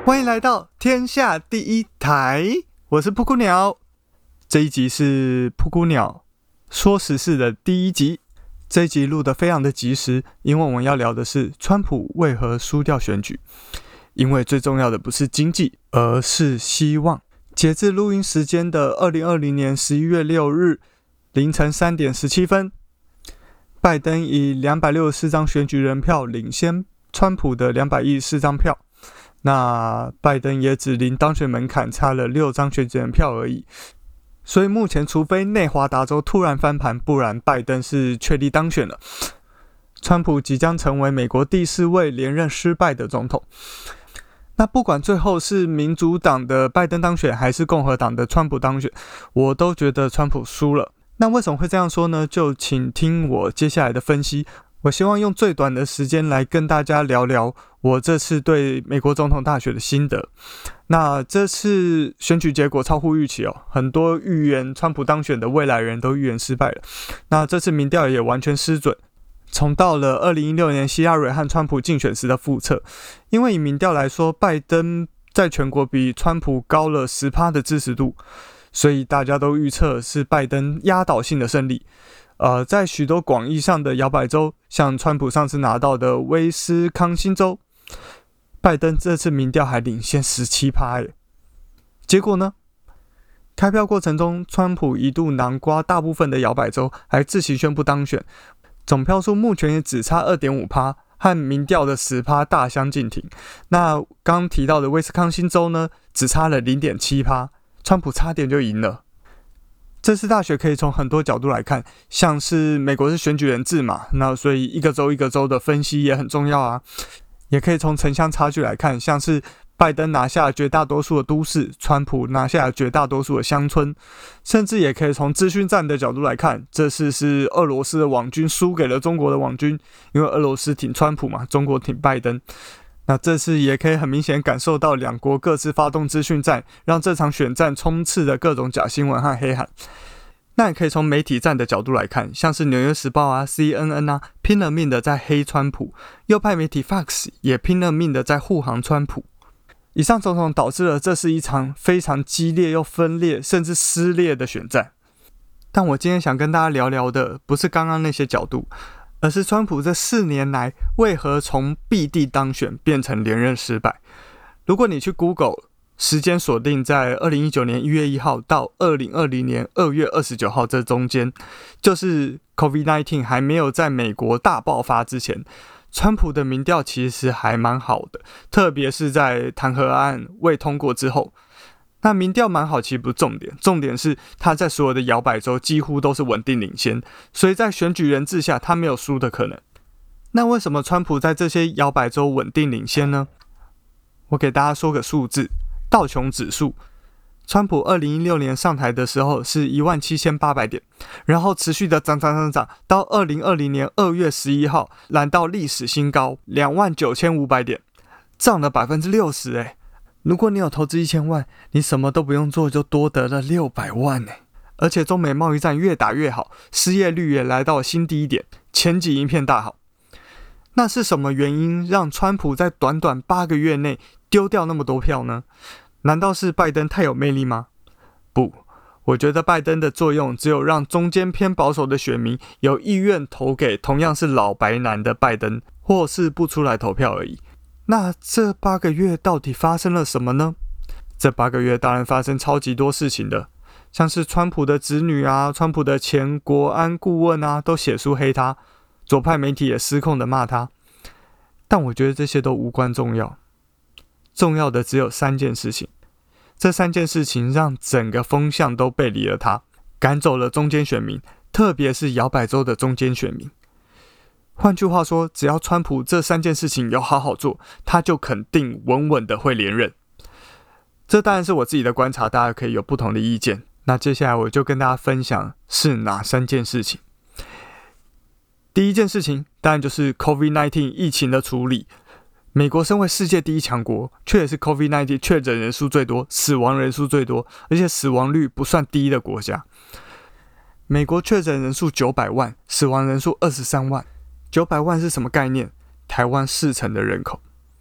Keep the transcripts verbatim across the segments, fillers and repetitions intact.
欢迎来到天下第一台，我是噗咕鸟。这一集是噗咕鸟说时事的第一集，这一集录得非常的及时，因为我们要聊的是川普为何输掉选举。因为最重要的不是经济，而是希望。截至录音时间的二零二零年十一月六日凌晨三点十七分，拜登以两百六十四张选举人票领先川普的两百一十四张票。那拜登也只离当选门槛差了六张选举人票而已，所以目前除非内华达州突然翻盘，不然拜登是确立当选了。川普即将成为美国第四位连任失败的总统。那不管最后是民主党的拜登当选，还是共和党的川普当选，我都觉得川普输了。那为什么会这样说呢？就请听我接下来的分析。我希望用最短的时间来跟大家聊聊我这次对美国总统大选的心得。那这次选举结果超乎预期哦，很多预言川普当选的未来人都预言失败了。那这次民调也完全失准，重到了二零一六年希拉蕊和川普竞选时的复测。因为以民调来说，拜登在全国比川普高了 百分之十 的支持度，所以大家都预测是拜登压倒性的胜利。呃，在许多广义上的摇摆州，像川普上次拿到的威斯康星州，拜登这次民调还领先 百分之十七 耶。结果呢？开票过程中，川普一度囊括大部分的摇摆州，还自行宣布当选，总票数目前也只差 百分之二点五， 和民调的 百分之十 大相径庭。那刚提到的威斯康星州呢，只差了 百分之零点七， 川普差点就赢了。这次大选可以从很多角度来看，像是美国是选举人制嘛，那所以一个州一个州的分析也很重要啊。也可以从城乡差距来看，像是拜登拿下了绝大多数的都市，川普拿下了绝大多数的乡村，甚至也可以从资讯战的角度来看，这次是俄罗斯的网军输给了中国的网军，因为俄罗斯挺川普嘛，中国挺拜登。那这次也可以很明显感受到两国各自发动资讯战，让这场选战充斥的各种假新闻和黑函。那也可以从媒体战的角度来看，像是纽约时报啊、C N N 啊，拼了命的在黑川普；右派媒体 Fox 也拼了命的在护航川普。以上种种导致了这是一场非常激烈又分裂甚至撕裂的选战。但我今天想跟大家聊聊的不是刚刚那些角度，而是川普这四年来为何从必地当选变成连任失败。如果你去 Google， 时间锁定在二零一九年一月一号到二零二零年二月二十九号这中间，就是 COVID 十九 还没有在美国大爆发之前，川普的民调其实还蛮好的，特别是在弹劾案未通过之后。那民调蛮好其实不是重点，重点是他在所有的摇摆州几乎都是稳定领先，所以在选举人制下他没有输的可能。那为什么川普在这些摇摆州稳定领先呢？我给大家说个数字，道琼指数，川普二零一六年上台的时候是一万七千八百点，然后持续的涨涨涨涨，到二零二零年二月十一号来到历史新高两万九千五百点，涨了 百分之六十 耶。如果你有投资一千万，你什么都不用做就多得了六百万耶。而且中美贸易战越打越好，失业率也来到了新低点，前景一片大好。那是什么原因让川普在短短八个月内丢掉那么多票呢？难道是拜登太有魅力吗？不，我觉得拜登的作用只有让中间偏保守的选民有意愿投给同样是老白男的拜登，或是不出来投票而已。那这八个月到底发生了什么呢？这八个月当然发生超级多事情的，像是川普的子女啊、川普的前国安顾问啊，都写书黑他，左派媒体也失控的骂他。但我觉得这些都无关重要，重要的只有三件事情。这三件事情让整个风向都背离了他，赶走了中间选民，特别是摇摆州的中间选民。换句话说，只要川普这三件事情有好好做，他就肯定稳稳的会连任。这当然是我自己的观察，大家可以有不同的意见。那接下来我就跟大家分享是哪三件事情。第一件事情当然就是 COVID 十九 疫情的处理。美国身为世界第一强国，却也是 COVID 十九 确诊人数最多、死亡人数最多，而且死亡率不算低的国家。美国确诊人数九百万，死亡人数二十三万。九百万是什么概念？台湾四成的人口。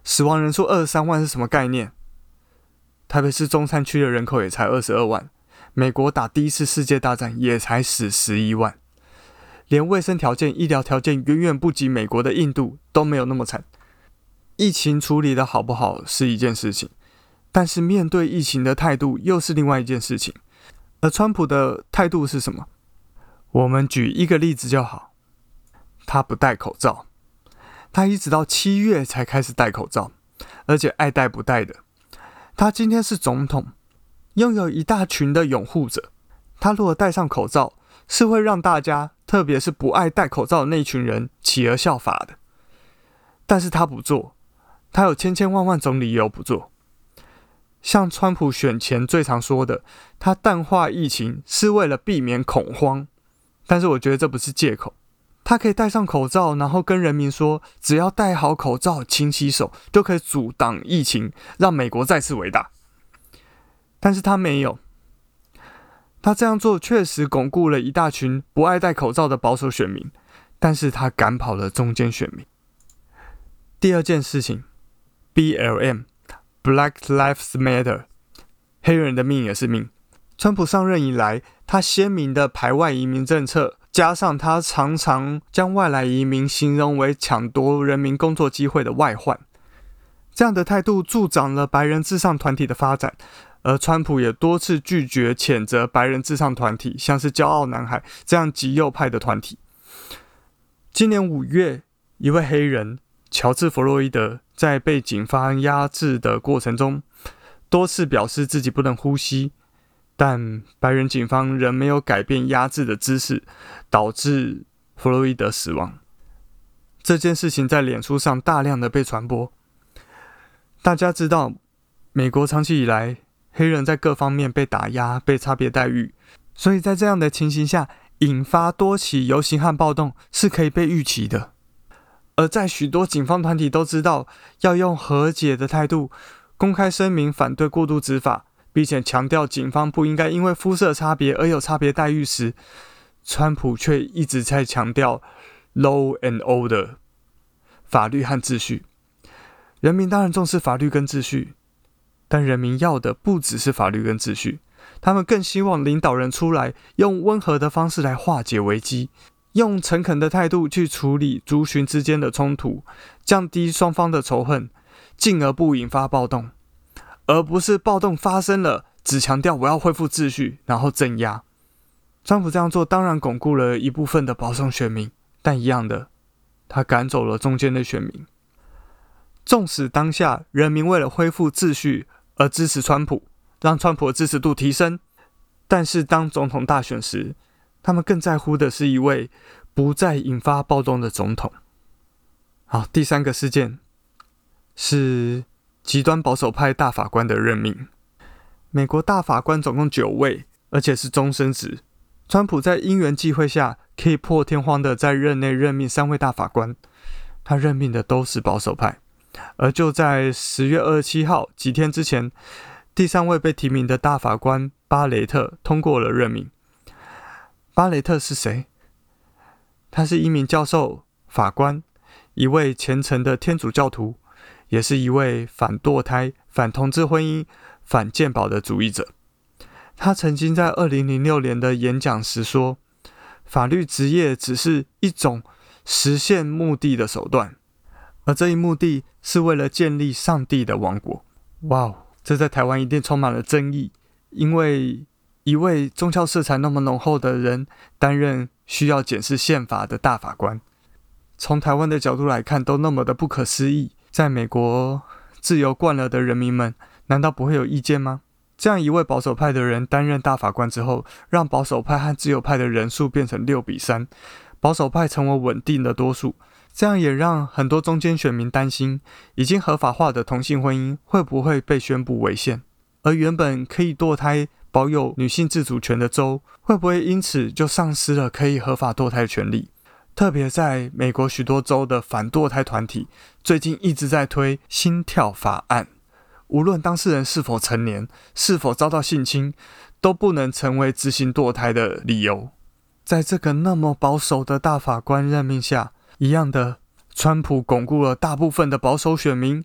死亡人数二十三万是什么概念？台北市中山区的人口也才二十二万，美国打第一次世界大战也才死十一万，连卫生条件、医疗条件远远不及美国的印度都没有那么惨。疫情处理的好不好是一件事情，但是面对疫情的态度又是另外一件事情。而川普的态度是什么？我们举一个例子就好，他不戴口罩，他一直到七月才开始戴口罩，而且爱戴不戴的。他今天是总统，拥有一大群的拥护者，他如果戴上口罩，是会让大家，特别是不爱戴口罩的那一群人起而效法的。但是他不做，他有千千万万种理由不做。像川普选前最常说的，他淡化疫情是为了避免恐慌，但是我觉得这不是借口。他可以戴上口罩，然后跟人民说，只要戴好口罩、勤洗手，就可以阻挡疫情，让美国再次伟大。但是他没有，他这样做确实巩固了一大群不爱戴口罩的保守选民，但是他赶跑了中间选民。第二件事情 ，B L M。Black Lives Matter， 黑人的命也是命。川普上任以来，他鲜明的排外移民政策，加上他常常将外来移民形容为抢夺人民工作机会的外患，这样的态度助长了白人至上团体的发展。而川普也多次拒绝谴责白人至上团体，像是骄傲男孩这样极右派的团体。今年五月，一位黑人乔治·弗洛伊德在被警方压制的过程中，多次表示自己不能呼吸，但白人警方仍没有改变压制的姿势，导致弗洛伊德死亡。这件事情在脸书上大量的被传播。大家知道，美国长期以来黑人在各方面被打压、被差别待遇，所以在这样的情形下，引发多起游行和暴动是可以被预期的。而在许多警方团体都知道要用和解的态度公开声明反对过度执法，并且强调警方不应该因为肤色差别而有差别待遇时，川普却一直在强调 law and order， 法律和秩序。人民当然重视法律跟秩序，但人民要的不只是法律跟秩序，他们更希望领导人出来用温和的方式来化解危机，用诚恳的态度去处理族群之间的冲突，降低双方的仇恨，进而不引发暴动，而不是暴动发生了，只强调我要恢复秩序，然后镇压。川普这样做当然巩固了一部分的保守选民，但一样的，他赶走了中间的选民。纵使当下人民为了恢复秩序而支持川普，让川普的支持度提升，但是当总统大选时，他们更在乎的是一位不再引发暴动的总统。好，第三个事件是极端保守派大法官的任命。美国大法官总共九位，而且是终身制。川普在因缘际会下，可以破天荒的在任内任命三位大法官，他任命的都是保守派。而就在十月二十七号，几天之前，第三位被提名的大法官巴雷特通过了任命。巴雷特是谁？他是一名教授、法官，一位虔诚的天主教徒，也是一位反堕胎、反同志婚姻、反健保的主义者。他曾经在二零零六年的演讲时说，法律职业只是一种实现目的的手段，而这一目的是为了建立上帝的王国。哇哦，这在台湾一定充满了争议，因为一位宗教色彩那么浓厚的人担任需要检视宪法的大法官，从台湾的角度来看都那么的不可思议。在美国自由惯了的人民们难道不会有意见吗？这样一位保守派的人担任大法官之后，让保守派和自由派的人数变成六比三，保守派成为稳定的多数。这样也让很多中间选民担心，已经合法化的同性婚姻会不会被宣布违宪，而原本可以堕胎保有女性自主权的州，会不会因此就丧失了可以合法堕胎的权利？特别在美国许多州的反堕胎团体最近一直在推心跳法案，无论当事人是否成年，是否遭到性侵，都不能成为执行堕胎的理由。在这个那么保守的大法官任命下，一样的，川普巩固了大部分的保守选民，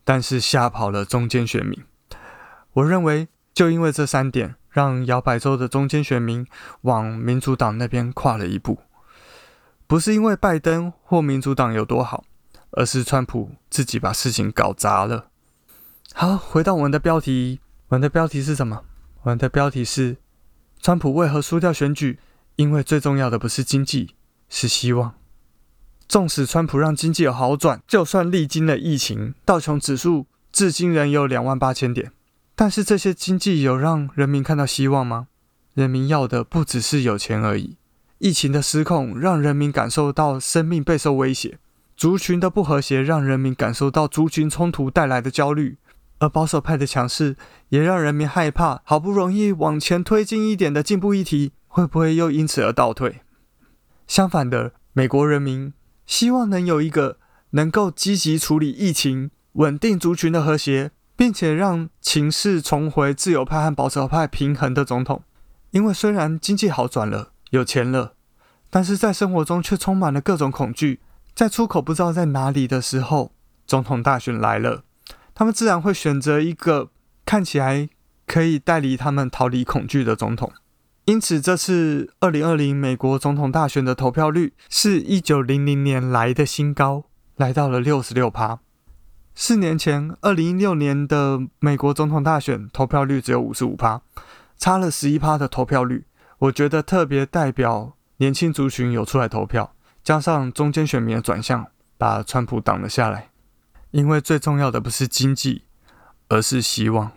但是吓跑了中间选民。我认为就因为这三点，让摇摆州的中间选民往民主党那边跨了一步。不是因为拜登或民主党有多好，而是川普自己把事情搞砸了。好，回到我们的标题，我们的标题是什么？我们的标题是川普为何输掉选举？因为最重要的不是经济，是希望。纵使川普让经济有好转，就算历经了疫情，道琼指数至今仍有两万八千点，但是这些经济有让人民看到希望吗？人民要的不只是有钱而已。疫情的失控让人民感受到生命备受威胁，族群的不和谐让人民感受到族群冲突带来的焦虑，而保守派的强势也让人民害怕，好不容易往前推进一点的进步议题会不会又因此而倒退。相反的，美国人民希望能有一个能够积极处理疫情、稳定族群的和谐，并且让情势重回自由派和保守派平衡的总统。因为虽然经济好转了，有钱了，但是在生活中却充满了各种恐惧。在出口不知道在哪里的时候，总统大选来了，他们自然会选择一个看起来可以带领他们逃离恐惧的总统。因此这次二零二零美国总统大选的投票率是一九零零年来的新高，来到了 百分之六十六。 四年前二零一六年的美国总统大选投票率只有 百分之五十五， 差了 百分之十一 的投票率。我觉得特别代表年轻族群有出来投票，加上中间选民的转向，把川普挡了下来。因为最重要的不是经济，而是希望。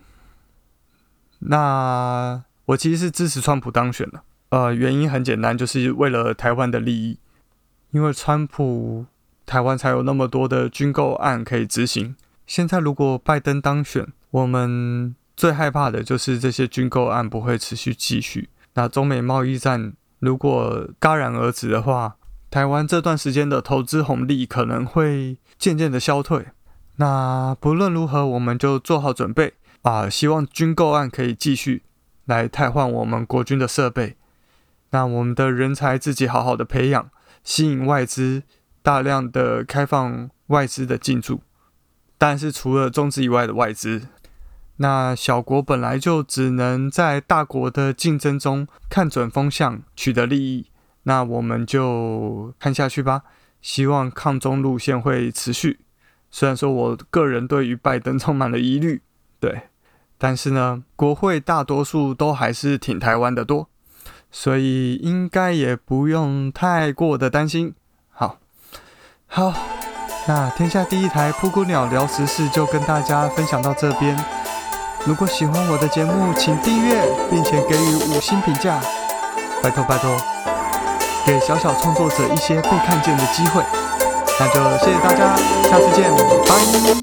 那我其实是支持川普当选的，呃，原因很简单，就是为了台湾的利益。因为川普，台湾才有那么多的军购案可以执行。现在如果拜登当选，我们最害怕的就是这些军购案不会持续继续。那中美贸易战如果戛然而止的话，台湾这段时间的投资红利可能会渐渐的消退。那不论如何，我们就做好准备啊！希望军购案可以继续来汰换我们国军的设备。那我们的人才自己好好的培养，吸引外资，大量的开放外资的进驻。但是除了中资以外的外资，那小国本来就只能在大国的竞争中看准风向，取得利益。那我们就看下去吧，希望抗中路线会持续。虽然说我个人对于拜登充满了疑虑，对，但是呢，国会大多数都还是挺台湾的多，所以应该也不用太过的担心。好，好，那天下第一台噗咕鸟聊时事就跟大家分享到这边。如果喜欢我的节目，请订阅，并且给予五星评价，拜托拜托，给小小创作者一些被看见的机会。那就谢谢大家，下次见，拜。